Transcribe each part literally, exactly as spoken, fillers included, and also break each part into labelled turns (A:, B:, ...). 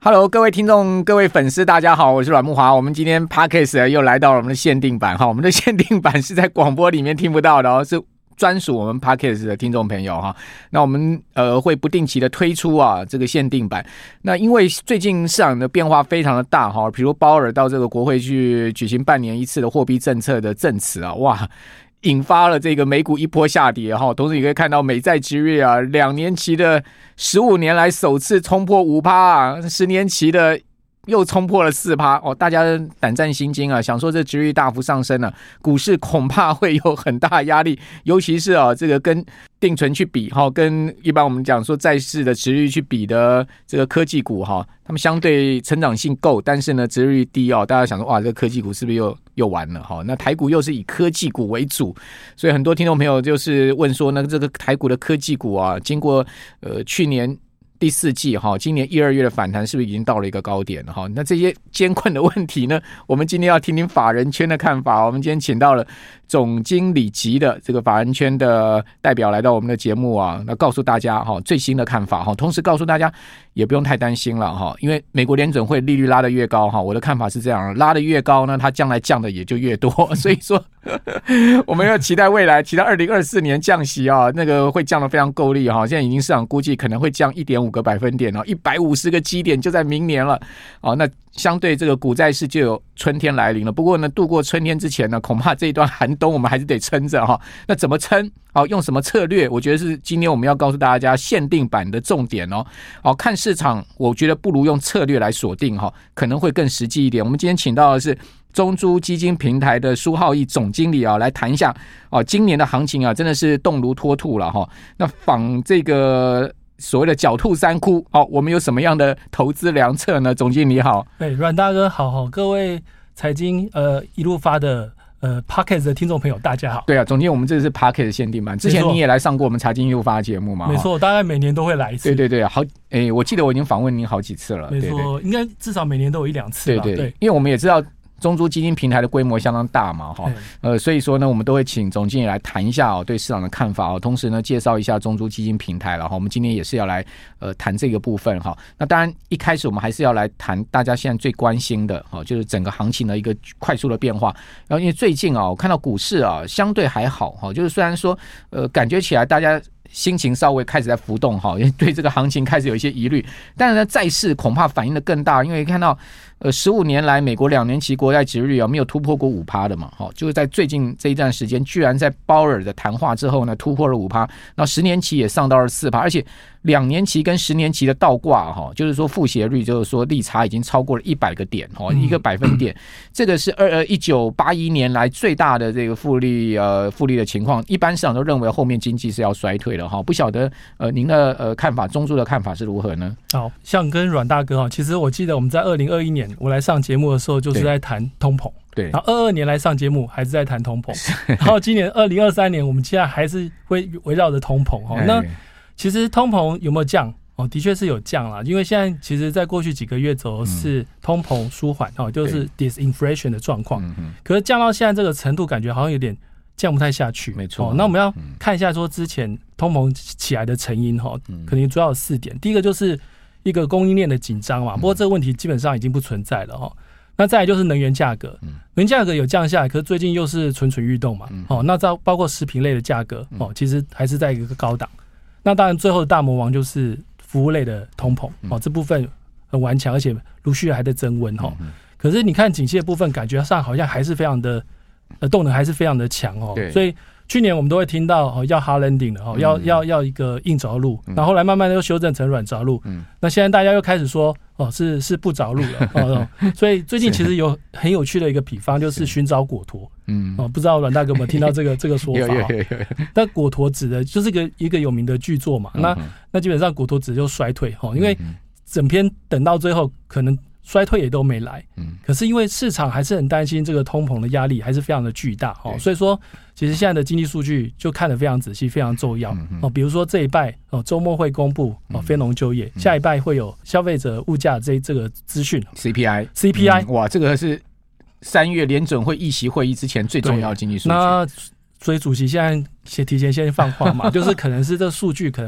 A: Hello， 各位听众、各位粉丝，大家好，我是阮慕骅。我们今天 Podcast 又来到了我们的限定版哈，我们的限定版是在广播里面听不到的哦，是专属我们 Podcast 的听众朋友哈。那我们呃会不定期的推出啊这个限定版。那因为最近市场的变化非常的大哈，比如鲍尔到这个国会去举行半年一次的货币政策的证词啊，哇！引发了这个美股一波下跌哈，同时也可以看到美债殖利率啊，两年期的十五年来首次冲破 百分之五 啊，十年期的又冲破了 百分之四 哦，大家胆战心惊啊，想说这殖利率大幅上升了，股市恐怕会有很大压力，尤其是啊这个跟定存去比哈，跟一般我们讲说债市的殖利率去比的这个科技股哈，他们相对成长性够，但是呢殖利率低哦，大家想说哇这个科技股是不是又又完了哈？那台股又是以科技股为主，所以很多听众朋友就是问说，那这个台股的科技股啊，经过呃去年第四季哈，今年一二月的反弹是不是已经到了一个高点了哈？那这些艰困的问题呢，我们今天要听听法人圈的看法。我们今天请到了总经理级的这个法人圈的代表来到我们的节目啊，那告诉大家哈最新的看法哈，同时告诉大家也不用太担心了哈，因为美国联准会利率拉得越高哈，我的看法是这样，拉得越高呢，它将来降的也就越多，所以说我们要期待未来，期待二零二四年降息啊，那个会降得非常够力哈，现在已经市场估计可能会降 一点五个百分点哦，一百五十个基点就在明年了哦，那相对这个股债市就有春天来临了。不过呢，度过春天之前呢，恐怕这一段寒冬我们还是得撑着哈。那怎么撑？好，用什么策略？我觉得是今天我们要告诉大家限定版的重点哦。好，看市场，我觉得不如用策略来锁定哈，可能会更实际一点。我们今天请到的是中租基金平台的苏浩义总经理啊，来谈一下啊，今年的行情啊，真的是动如脱兔了哈。那仿这个所谓的狡兔三窟，好，我们有什么样的投资良策呢？总经理好，
B: 对，阮大哥好，好，各位财经呃一路发的呃 Podcast 的听众朋友，大家好。
A: 对啊，总经理，我们这是 Podcast 的限定版，之前你也来上过我们财经一路发的节目嘛？
B: 没错，大概每年都会来一次。
A: 对对对，好，哎，我记得我已经访问您好几次了。
B: 没错，对对，应该至少每年都有一两次吧。
A: 对 对,
B: 对，
A: 因为我们也知道中租基金平台的规模相当大嘛，哈，呃，所以说呢，我们都会请总经理来谈一下哦，对市场的看法哦，同时呢，介绍一下中租基金平台了哈。我们今天也是要来呃谈这个部分哈。那当然，一开始我们还是要来谈大家现在最关心的哈，就是整个行情的一个快速的变化。然后因为最近啊，我看到股市啊相对还好哈，就是虽然说呃感觉起来大家心情稍微开始在浮动哈，因为对这个行情开始有一些疑虑，但是呢，债市恐怕反应的更大，因为看到呃十五年来美国两年期国债殖利率啊没有突破过 百分之五 的嘛，哈，就是在最近这一段时间，居然在鲍尔的谈话之后呢突破了 百分之五， 那十年期也上到了 百分之四， 而且两年期跟十年期的倒挂哈，就是说负斜率，就是说利差已经超过了一百个点哈，一个百分点，这个是二一九八一年来最大的这个复利呃复利的情况，一般市场都认为后面经济是要衰退了哈，不晓得呃您的呃看法，中租的看法是如何呢？
B: 好，像跟阮大哥哈，其实我记得我们在二零二一年我来上节目的时候，就是在谈通膨。
A: 对，
B: 然后二二年来上节目还是在谈通膨，然后今年二零二三年我们现在还是会围绕着通膨哈。那其实通膨有没有降？哦，的确是有降啦，因为现在其实在过去几个月走的是通膨舒缓哦，就是 disinflation 的状况。可是降到现在这个程度，感觉好像有点降不太下去。
A: 没错、
B: 哦，那我们要看一下说之前通膨起来的成因哈，可能主要有四点。第一个就是一个供应链的紧张嘛，不过这个问题基本上已经不存在了哈。那再来就是能源价格，能源价格有降下来，可是最近又是蠢蠢欲动嘛。哦，那包括食品类的价格哦，其实还是在一个高档。那当然最后的大魔王就是服务类的通膨哦，这部分很顽强，而且陆续还在增温哈。可是你看景气的部分，感觉上好像还是非常的呃动能还是非常的强哦。所以去年我们都会听到哦要 hard landing 了哦，要要要一个硬着陆，然后后来慢慢的又修正成软着陆。那现在大家又开始说哦是是不着陆了哦。所以最近其实有很有趣的一个比方，就是寻找果陀。嗯，哦，不知道阮大哥有没有听到这个这个说法？有有有有。但果陀指的就是一个一个有名的巨作嘛。那那基本上果陀指就衰退哈，因为整篇等到最后可能衰退也都没来。嗯。可是因为市场还是很担心这个通膨的压力还是非常的巨大哦，所以说其实现在的经济数据就看得非常仔细，非常重要哦。比如说这一拜哦，周末会公布哦非农就业，下一拜会有消费者物价这这个资讯
A: C P I
B: C P I、嗯、
A: 哇，这个是三月联准会议息会议之前最重要的经济数据。
B: 那所以主席现在先提前先放话嘛，就是可能是这数据可能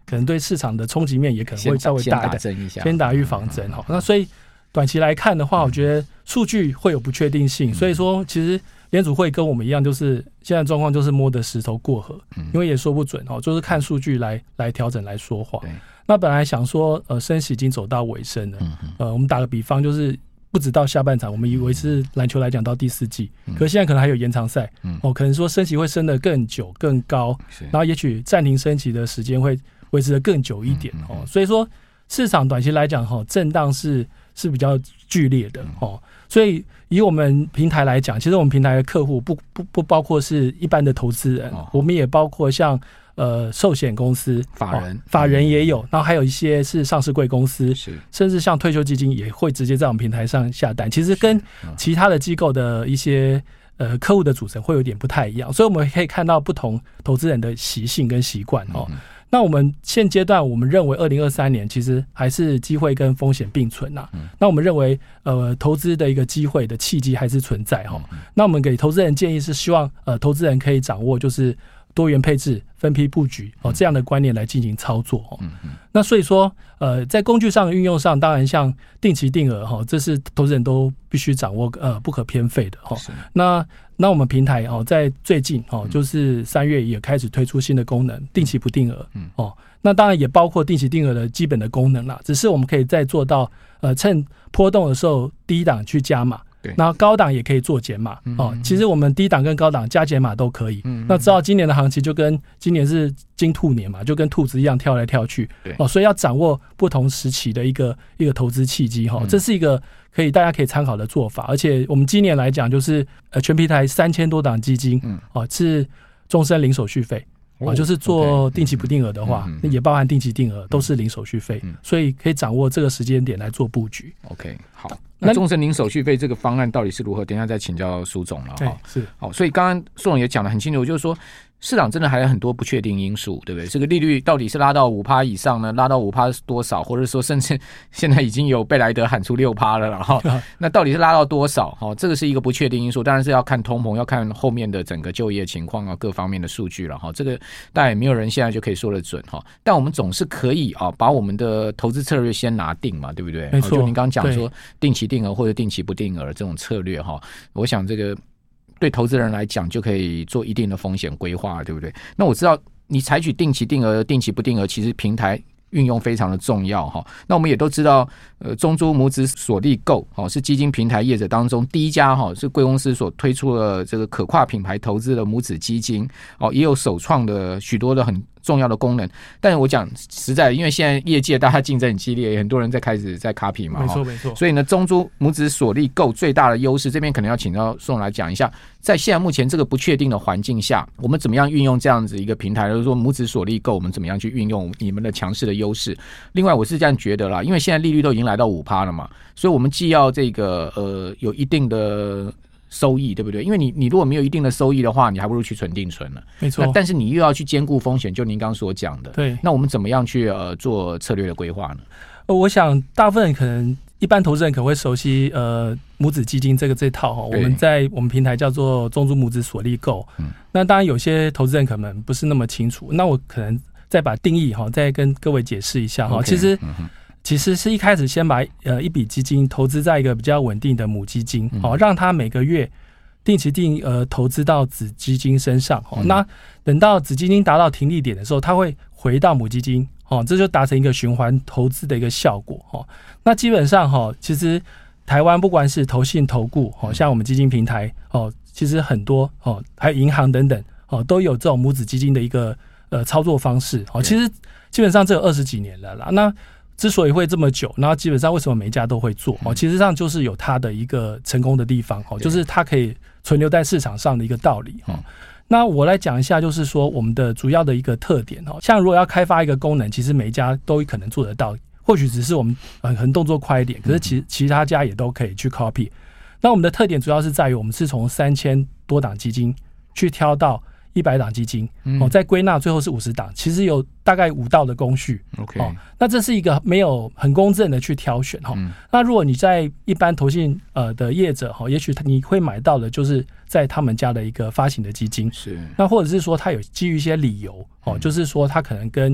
B: 可能对市场的冲击面也可能会稍微大一点，
A: 先打针一下，
B: 先打预防针哈、嗯。那所以短期来看的话，我觉得数据会有不确定性，嗯、所以说其实联储会跟我们一样，就是现在状况就是摸着石头过河，嗯、因为也说不准哦，就是看数据来来调整来说话。那本来想说，呃，升息已经走到尾声了，嗯、呃，我们打个比方，就是不止到下半场，我们以为是篮球来讲到第四季，嗯、可是现在可能还有延长赛，嗯、哦，可能说升息会升得更久、更高，然后也许暂停升息的时间会维持得更久一点，嗯、哦，所以说市场短期来讲，哈、哦，震荡是是比较剧烈的，哦，所以以我们平台来讲，其实我们平台的客户不不不包括是一般的投资人，哦、我们也包括像。呃，寿险公司、
A: 法人、哦、
B: 法人也有，然后还有一些是上市柜公司，
A: 是
B: 甚至像退休基金也会直接在我们平台上下单。其实跟其他的机构的一些呃客户的组成会有点不太一样，所以我们可以看到不同投资人的习性跟习惯哦。嗯、那我们现阶段我们认为二零二三年其实还是机会跟风险并存啊。嗯、那我们认为呃投资的一个机会的契机还是存在哈、哦。嗯、那我们给投资人建议是希望呃投资人可以掌握就是多元配置、分批布局哦，这样的观念来进行操作哦。嗯嗯、那所以说，呃，在工具上的运用上，当然像定期定额哈，这是投资人都必须掌握呃不可偏废的哈。那那我们平台哦，在最近哦，就是三月也开始推出新的功能，定期不定额哦。那当然也包括定期定额的基本的功能啦，只是我们可以再做到呃，趁波动的时候低档去加码。那高档也可以做减码、嗯、哦，其实我们低档跟高档加减码都可以。嗯、那知道今年的行情就跟今年是金兔年嘛，就跟兔子一样跳来跳去。哦，所以要掌握不同时期的一个一个投资契机哈、哦，这是一个可以大家可以参考的做法。而且我们今年来讲，就是呃全平台三千多档基金，嗯、哦是终身零手续费。哦，就是做定期不定额的话，嗯、也包含定期定额，都是零手续费，嗯、所以可以掌握这个时间点来做布局。
A: OK， 好，那终身零手续费这个方案到底是如何？等一下再请教苏总了哈。
B: 是，
A: 好，所以刚刚苏总也讲得很清楚，就是说市场真的还有很多不确定因素，对不对？这个利率到底是拉到 百分之五 以上呢？拉到 百分之五 多少？或者说甚至现在已经有贝莱德喊出 百分之六 了，然后那到底是拉到多少？哈，这个是一个不确定因素，当然是要看通膨，要看后面的整个就业情况啊，各方面的数据了哈。这个当然也没有人现在就可以说得准哈，但我们总是可以啊，把我们的投资策略先拿定嘛，对不对？
B: 没错，
A: 就您刚刚讲说定期定额或者定期不定额这种策略哈，我想这个。对投资人来讲，就可以做一定的风险规划，对不对？那我知道你采取定期定额、定期不定额，其实平台运用非常的重要哈。那我们也都知道，呃，中租母子所立购哦，是基金平台业者当中第一家哈，是贵公司所推出了这个可跨品牌投资的母子基金哦，也有首创的许多的很重要的功能。但是我讲实在的，因为现在业界大家竞争很激烈，很多人在开始在 copy 嘛，
B: 没错没错。
A: 所以呢，中租母子所立购最大的优势，这边可能要请到宋总来讲一下，在现在目前这个不确定的环境下，我们怎么样运用这样子一个平台，就是说母子所立购，我们怎么样去运用你们的强势的优势？另外，我是这样觉得啦，因为现在利率都已经来到 百分之五 了嘛，所以我们既要这个呃有一定的收益，对不对？因为你你如果没有一定的收益的话，你还不如去存定存了。
B: 没错。
A: 但是你又要去兼顾风险，就您刚刚所讲的。
B: 对。
A: 那我们怎么样去呃做策略的规划呢？
B: 呃，我想大部分人可能一般投资人可能会熟悉呃母子基金这个这套哈，我们在我们平台叫做中租母子所立购。嗯。那当然有些投资人可能不是那么清楚，那我可能再把定义哈，再跟各位解释一下哈。Okay, 其实。嗯其实是一开始先把呃一笔基金投资在一个比较稳定的母基金，哦，让它每个月定期定额投资到子基金身上，哦，那等到子基金达到停利点的时候，它会回到母基金，哦，这就达成一个循环投资的一个效果，哦，那基本上哈，其实台湾不管是投信投顾，哦，像我们基金平台，哦，其实很多哦，还有银行等等，哦，都有这种母子基金的一个呃操作方式，哦，其实基本上这有二十几年了啦，那。之所以会这么久，然后基本上为什么每一家都会做哦？其实上就是有它的一个成功的地方哦，就是它可以存留在市场上的一个道理哦。那我来讲一下，就是说我们的主要的一个特点哦，像如果要开发一个功能，其实每一家都可能做得到，或许只是我们呃可能动作快一点，可是其其他家也都可以去 copy。那我们的特点主要是在于我们是从三千多档基金去挑到一百档基金，嗯哦，再归纳最后是五十档，其实有大概五道的工序。
A: OK，
B: 哦，那这是一个没有很公正的去挑选哈，哦嗯。那如果你在一般投信呃的业者哈，哦，也许你会买到的就是在他们家的一个发行的基金，
A: 是。
B: 那或者是说他有基于一些理由哦，嗯，就是说他可能跟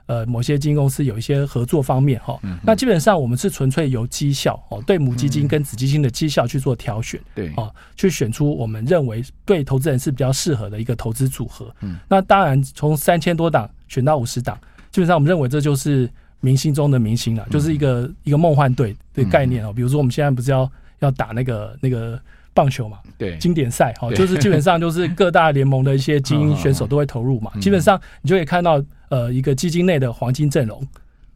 B: 呃某些基金公司有一些合作方面哈、嗯。那基本上我们是纯粹由绩效哦，对母基金跟子基金的绩效去做挑选，对、嗯、哦，去选出我们认为对投资人是比较适合的一个投资组合。嗯，那当然从三千多档选到五十档，基本上我们认为这就是明星中的明星了，就是一个、嗯、一个梦幻队的概念哦。比如说我们现在不是要要打那个那个。棒球嘛，对，经典赛哈，就是基本上就是各大联盟的一些精英选手都会投入嘛，基本上你就可以看到呃一个基金内的黄金阵容。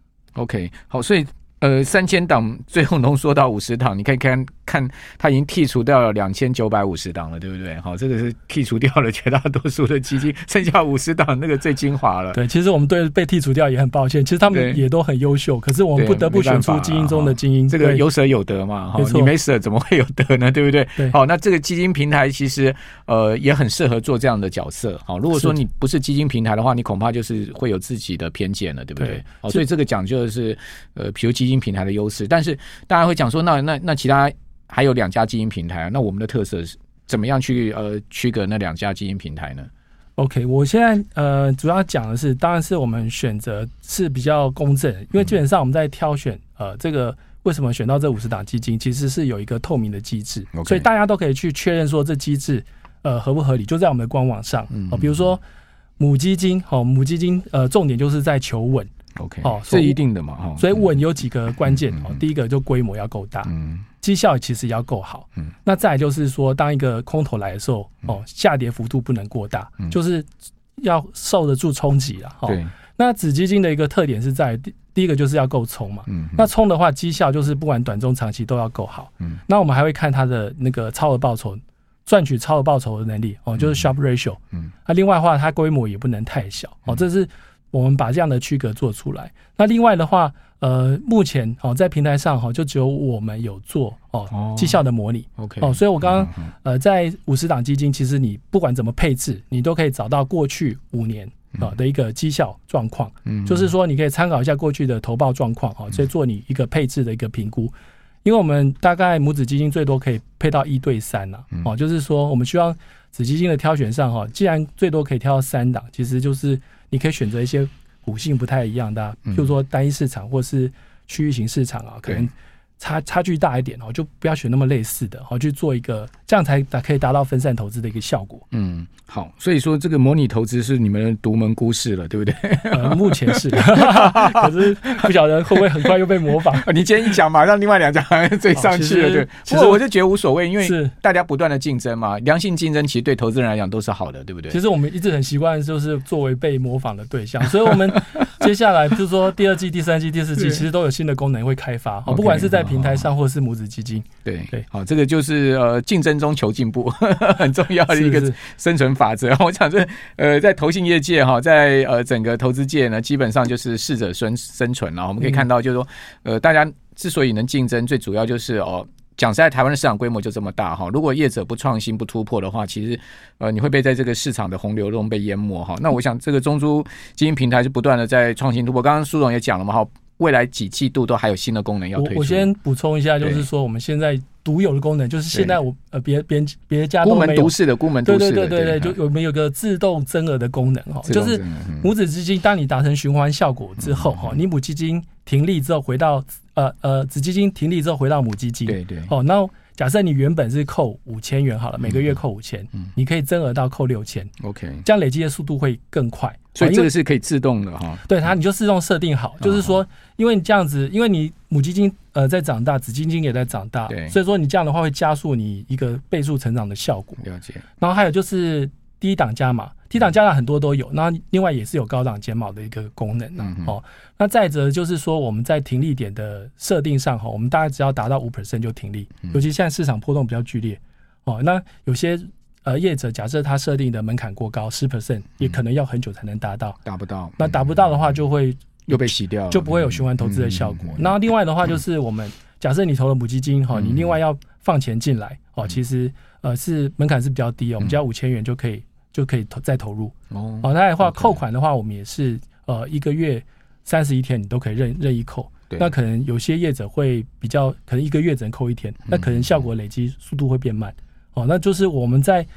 A: OK， 好，所以呃三千档最后浓缩到五十档，你可以看看它已经剔除掉了两千九百五十档了，对不对？好，这个是剔除掉了绝大多数的基金，剩下五十档那个最精华了。
B: 对，其实我们对被剔除掉也很抱歉，其实他们也都很优秀，可是我们不得不选出精英中的精英。
A: 这个有舍有得嘛，没错，你没舍怎么会有得呢？对不对？对。好，那这个基金平台其实呃也很适合做这样的角色。好，如果说你不是基金平台的话，你恐怕就是会有自己的偏见了，对不对？对。好，所以这个讲究的是呃，比如基金平台的优势，但是大家会讲说，那那那其他还有两家基金平台，那我们的特色是怎么样去呃区隔那两家基金平台呢
B: ？OK， 我现在呃主要讲的是，当然是我们选择是比较公正，因为基本上我们在挑选呃这个为什么选到这五十档基金，其实是有一个透明的机制， okay. 所以大家都可以去确认说这机制呃合不合理，就在我们的官网上。嗯、呃，比如说母基金，好、哦，母基金呃重点就是在求稳。
A: OK， 哦，这一定的嘛，哈。
B: 所以稳有几个关键、嗯哦、第一个就规模要够大，嗯，绩效其实要够好，嗯，那再来就是说，当一个空头来的时候，哦，下跌幅度不能过大，嗯、就是要受得住冲击啦，哦。对。那子基金的一个特点是在第第一个就是要够冲嘛，嗯，那冲的话，绩效就是不管短中长期都要够好，嗯，那我们还会看它的那个超额报酬。赚取超额报酬的能力哦，就是 Sharpe ratio。嗯，那另外的话，它规模也不能太小哦，这是我们把这样的区隔做出来。那另外的话，呃，目前哦在平台上哈，就只有我们有做哦绩效的模拟。OK， 哦，所以我刚刚呃在五十档基金，其实你不管怎么配置，你都可以找到过去五年啊的一个绩效状况。嗯，就是说你可以参考一下过去的投报状况哦，所以做你一个配置的一个评估。因为我们大概母子基金最多可以配到一对三呐、啊嗯，哦，就是说我们希望子基金的挑选上哈，既然最多可以挑到三档，其实就是你可以选择一些股性不太一样的、啊，譬如说单一市场或是区域型市场啊，可能差差距大一点哦，就不要选那么类似的，哦，去做一个这样才可以达到分散投资的一个效果。
A: 嗯，好，所以说这个模拟投资是你们的独门故事了，对不对？
B: 呃，目前是，可是不晓得会不会很快又被模仿。
A: 你今天一讲，马上另外两家好像追上去了，哦、对。其实我就觉得无所谓，因为大家不断的竞争嘛，良性竞争其实对投资人来讲都是好的，对不对？
B: 其实我们一直很习惯就是作为被模仿的对象，所以我们接下来就是说第二季、第三季、第四季，其实都有新的功能会开发，哦、不管是在平台上或是母子基金。
A: 对对，好，这个就是呃竞争中求进步很重要的一个生存法则。我想这呃在投信业界哈，在呃整个投资界呢，基本上就是适者生生存了。我们可以看到，就是说呃大家之所以能竞争，最主要就是哦。讲实在，台湾的市场规模就这么大哈。如果业者不创新、不突破的话，其实呃你会被在这个市场的洪流中被淹没哈。那我想，这个中租基金平台是不断的在创新突破。刚刚苏总也讲了嘛哈，未来几季度都还有新的功能要推出。
B: 我, 我先补充一下，就是说我们现在独有的功能，就是现在我呃别别别家都没有，
A: 孤门独市的，孤门独市的，
B: 对对对对对，就我们有个自动增额的功能哈，就是母子基金，当你达成循环效果之后哈，你母基金停利之后回到呃呃子基金停利之后回到母基金，对对，哦，那假设你原本是扣五千元好了，每个月扣五千，嗯，你可以增额到扣六千 ，OK， 这样累积的速度会更快。
A: 所以这个是可以自动的哈，
B: 对它你就自动设定好，就是说，因为你这样子，因为你母基金呃在长大，子基金也在长大，对，所以说你这样的话会加速你一个倍数成长的效果。
A: 了解。
B: 然后还有就是低档加码，低档加码很多都有，那另外也是有高档减码的一个功能、啊嗯、哦。那再者就是说我们在停利点的设定上哈，我们大概只要达到 百分之五 就停利，尤其现在市场波动比较剧烈哦，那有些。呃，业者假设他设定的门槛过高 百分之十 也可能要很久才能达到，
A: 达不到。
B: 那达不到的话，就会
A: 又被洗掉了，
B: 就不会有循环投资的效果。那、嗯、另外的话，就是我们、嗯、假设你投了母基金哈、嗯，你另外要放钱进来哦，其实呃是门槛是比较低哦，我们只要五千元就可以就可以投再投入哦。哦，那的话扣款的话，我们也是呃一个月三十一天你都可以任任意扣。那可能有些业者会比较，可能一个月只能扣一天，那可能效果累积速度会变慢。哦，那就是我们在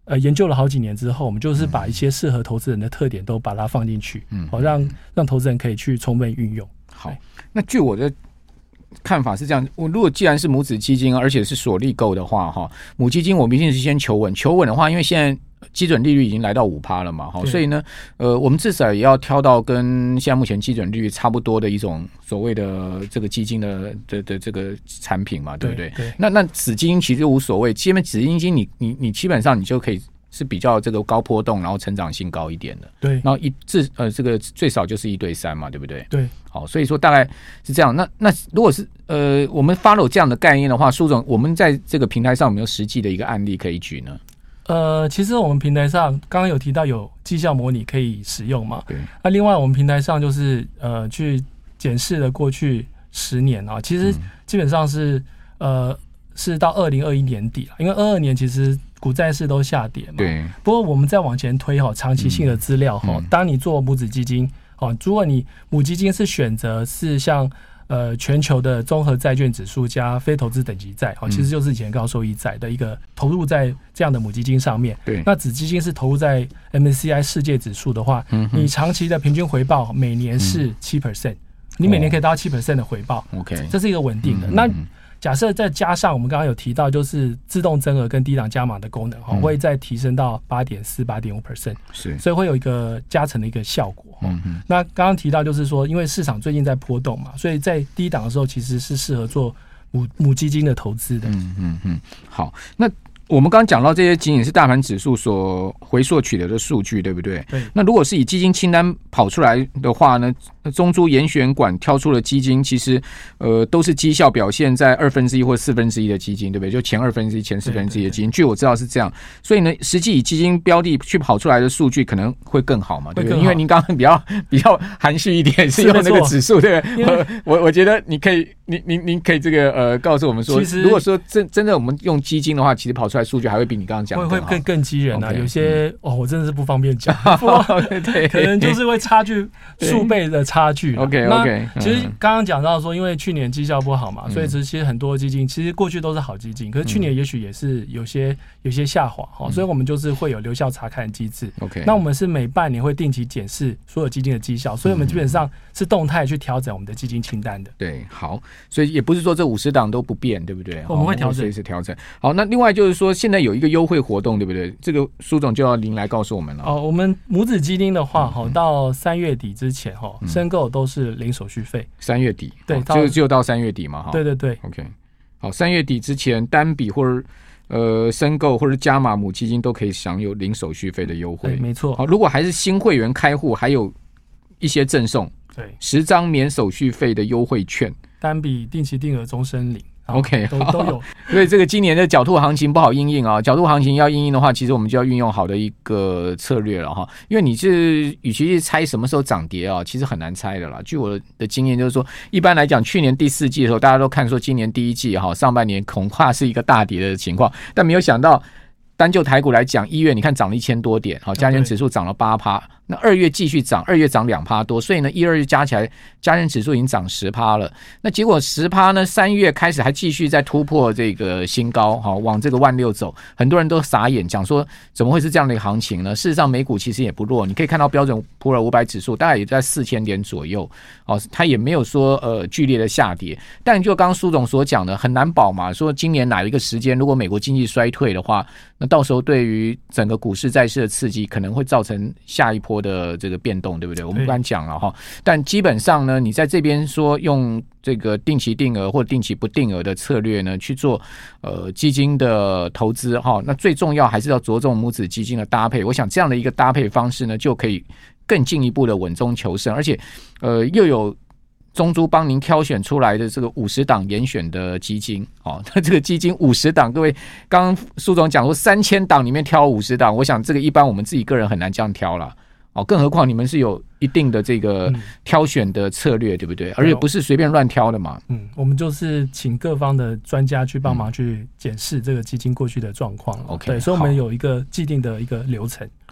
B: 呃研究了好几年之后，我们就是把一些适合投资人的特点都把它放进去，嗯，好让让投资人可以去充分运用。
A: 好，那据我的看法是这样，我如果既然是母子基金，而且是所立购的话，哈，母基金我们一定是先求稳，求稳的话，因为现在基准利率已经来到 百分之五 了嘛，所以呢，呃，我们至少也要挑到跟现在目前基准利率差不多的一种所谓的这个基金的的的这个产品嘛，对不对？
B: 对对，
A: 那那子基金其实无所谓，因为子基金你你你基本上你就可以是比较这个高波动，然后成长性高一点的，
B: 对，
A: 然后一至呃这个最少就是一对三嘛，对不对？
B: 对，
A: 好，所以说大概是这样。那那如果是呃我们 follow 这样的概念的话，苏总，我们在这个平台上有没有实际的一个案例可以举呢？
B: 呃，其实我们平台上刚刚有提到有绩效模拟可以使用嘛？
A: 对。
B: 那另外我们平台上就是呃去检视了过去十年啊，其实基本上是、嗯、呃是到二零二一年底了，因为二二年其实股债市都下跌嘛。
A: 对。
B: 不过我们再往前推哈，长期性的资料哈、嗯，当你做母子基金哦，如果你母基金是选择是像呃，全球的综合债券指数加非投资等级债，哦，其实就是以前高收益债的一个投入在这样的母基金上面。
A: 对，
B: 那子基金是投入在 M S C I 世界指数的话，嗯、你长期的平均回报每年是 百分之七， 你每年可以达到 百分之七 的回报。OK，、哦、这是一个稳定的。嗯、那假设再加上我们刚刚有提到，就是自动增额跟低档加码的功能，嗯、会再提升到 百分之八点四、八点五 是，所以会有一个加成的一个效果。嗯嗯，那刚刚提到就是说，因为市场最近在波动嘛，所以在低档的时候其实是适合做母母基金的投资的。
A: 嗯嗯嗯，好，那我们刚刚讲到这些仅仅是大盘指数所回溯取得的数据，对不对？
B: 对。
A: 那如果是以基金清单跑出来的话呢，中租严选管挑出的基金，其实呃都是绩效表现在二分之一或四分之一的基金，对不对？就前二分之一、前四分之一的基金，据我知道是这样。所以呢，实际以基金标的去跑出来的数据可能会更好嘛，对不对？因为您刚刚比较比较含蓄一点，是用那个指数，对不对？我我我觉得你可以，您您您可以这个呃告诉我们说，如果说真真的我们用基金的话，其实跑出来数据还会比你刚刚讲的
B: 会会更更激人啊。Okay, 有些、嗯、哦，我真的是不方便讲，
A: 对，
B: 可能就是会差距数倍的差距。
A: OK OK，
B: 其实刚刚讲到说，因为去年绩效不好嘛，嗯、所以其实很多基金其实过去都是好基金，可是去年也许也是有些有些下滑哈、嗯，所以我们就是会有留效查看机制。
A: OK，
B: 那我们是每半年会定期检视所有基金的绩效，所以我们基本上是动态去调整我们的基金清单的。
A: 对，好，所以也不是说这五十档都不变，对不对？
B: 我们会调整，
A: 随时调整。好，那另外就是说，现在有一个优惠活动，对不对？这个苏总就要您来告诉我们了。
B: 哦，我们母子基金的话，哈、嗯，到三月底之前哈，申购都是零手续费。
A: 三月底，
B: 对，
A: 就就到三月底嘛，哈。
B: 对对对
A: ，OK。好，三月底之前单笔或者呃申购或者加码母基金都可以享有零手续费的优惠。
B: 对，没错。
A: 好，如果还是新会员开户，还有一些赠送，
B: 对，
A: 十张免手续费的优惠券，
B: 单笔定期定额终身领。
A: OK，
B: 都都有。
A: 所以这个今年的狡兔行情不好因应啊，狡兔行情要因应的话，其实我们就要运用好的一个策略了哈。因为你是与其是猜什么时候涨跌啊，其实很难猜的啦。据我的经验就是说，一般来讲，去年第四季的时候，大家都看说今年第一季哈上半年恐怕是一个大跌的情况，但没有想到。单就台股来讲，一月你看涨了一千多点，好，加权指数涨了八趴，那二月继续涨，二月涨两趴多，所以呢，一二月加起来，加权指数已经涨十趴了。那结果十趴呢，三月开始还继续在突破这个新高，好，往这个万六走，很多人都傻眼，讲说怎么会是这样的一个行情呢？事实上，美股其实也不弱，你可以看到标准普尔五百指数大概也在四千点左右，哦，它也没有说呃剧烈的下跌，但就刚刚苏总所讲的，很难保嘛，说今年哪一个时间，如果美国经济衰退的话。那到时候对于整个股市债市的刺激可能会造成下一波的这个变动，对不对？我们不敢讲了哈。但基本上呢，你在这边说用这个定期定额或定期不定额的策略呢去做呃基金的投资哈，那最重要还是要着重母子基金的搭配。我想这样的一个搭配方式呢，就可以更进一步的稳中求胜，而且呃又有。中租帮您挑选出来的这个五十档严选的基金，哦，那这个基金五十档，各位刚刚苏总讲说三千档里面挑五十档，我想这个一般我们自己个人很难这样挑了，哦，更何况你们是有一定的这个挑选的策略，嗯、对不对？而且不是随便乱挑的嘛。
B: 嗯，我们就是请各方的专家去帮忙去检视这个基金过去的状况。OK， 对，所以我们有一个既定的一个流程。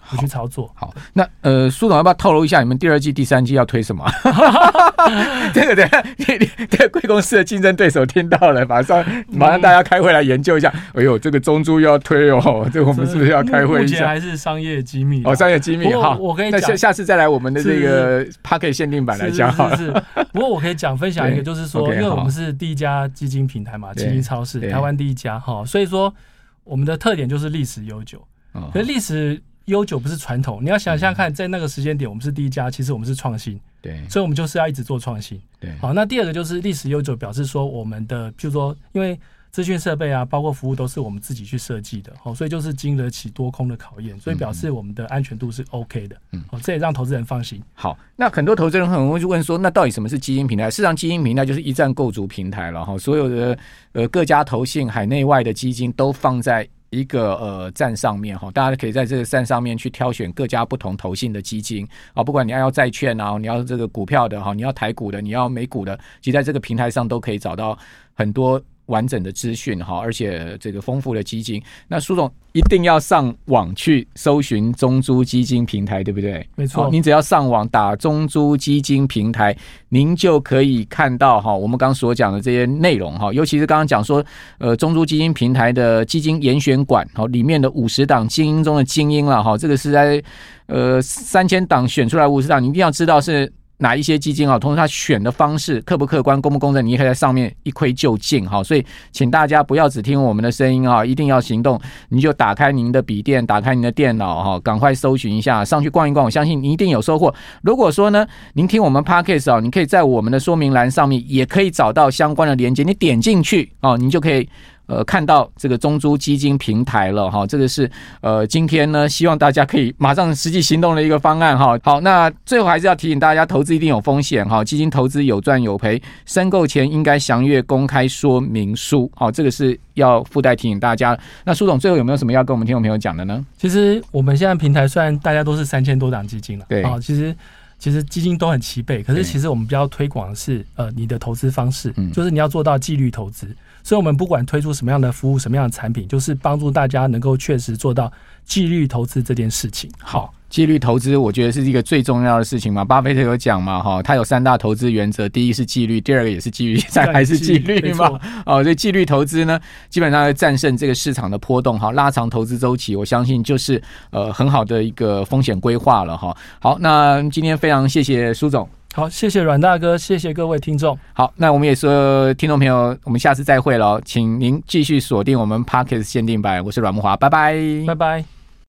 B: 不去操作。
A: 好，那呃，苏总要不要透露一下你们第二季、第三季要推什么？这个等下，贵公司的竞争对手听到了，马上马上大家开会来研究一下。哎呦，这个中租又要推哦，这个我们是不是要开会一下？
B: 目前还是商业机密
A: 哦，商业机密。好，
B: 我可以讲，
A: 那下下次再来我们的这个 Pocket 限定版来讲好了。
B: 是是是是不过我可以讲分享一个，就是说，因为我们是第一家基金平台嘛，基金超市，台湾第一家哈，所以说我们的特点就是历史悠久。可是历史悠久不是传统，你要想想看，在那个时间点，我们是第一家，其实我们是创新，
A: 对，
B: 所以我们就是要一直做创新。
A: 对，
B: 好，那第二个就是历史悠久，表示说我们的，譬如说，因为资讯设备啊，包括服务都是我们自己去设计的，好，所以就是经得起多空的考验，所以表示我們的安全度是 OK 的，嗯，好，这也让投资人放心。
A: 好，那很多投资人可能会问说，那到底什么是基金平台？事实上，基金平台就是一站购足平台了哈，所有的呃各家投信海内外的基金都放在一个呃站上面哈，大家可以在这个站上面去挑选各家不同投信的基金啊，不管你要债券啊，你要这个股票的哈，你要台股的，你要美股的，其实在这个平台上都可以找到很多完整的资讯哈，而且这个丰富的基金。那苏总一定要上网去搜寻中租基金平台，对不对？
B: 没错，
A: 您只要上网打中租基金平台，您就可以看到哈我们刚刚所讲的这些内容哈，尤其是刚刚讲说呃中租基金平台的基金严选馆哈，里面的五十档精英中的精英了哈，这个是在呃三千档选出来五十档，你一定要知道是哪一些基金啊？同时它选的方式客不客观、公不公正，你也可以在上面一窥究竟哈。所以，请大家不要只听我们的声音啊，一定要行动。你就打开您的笔电，打开您的电脑哈，赶快搜寻一下，上去逛一逛，我相信你一定有收获。如果说呢，您听我们 Podcast 啊，你可以在我们的说明栏上面也可以找到相关的连接，你点进去啊，你就可以。呃，看到这个中租基金平台了哈，这个是呃今天呢，希望大家可以马上实际行动的一个方案哈。好，那最后还是要提醒大家，投资一定有风险哈，基金投资有赚有赔，申购前应该详阅公开说明书。好，这个是要附带提醒大家。那苏总最后有没有什么要跟我们听众朋友讲的呢？
B: 其实我们现在平台虽然大家都是三千多档基金了，
A: 对，
B: 啊，其实。其实基金都很齐备，可是其实我们比较推广的是呃你的投资方式，就是你要做到纪律投资。所以我们不管推出什么样的服务、什么样的产品，就是帮助大家能够确实做到纪律投资这件事情。
A: 好。纪律投资我觉得是一个最重要的事情嘛，巴菲特有讲嘛哈，他有三大投资原则，第一是纪律，第二个也是纪律，再还是纪律嘛。哦，所以纪律投资呢，基本上会战胜这个市场的波动哈，拉长投资周期，我相信就是呃很好的一个风险规划了哈。好，那今天非常谢谢苏总。
B: 好，谢谢阮大哥，谢谢各位听众。
A: 好，那我们也说听众朋友，我们下次再会了，请您继续锁定我们 Podcast 限定版，我是阮慕骅，拜拜，
B: 拜拜。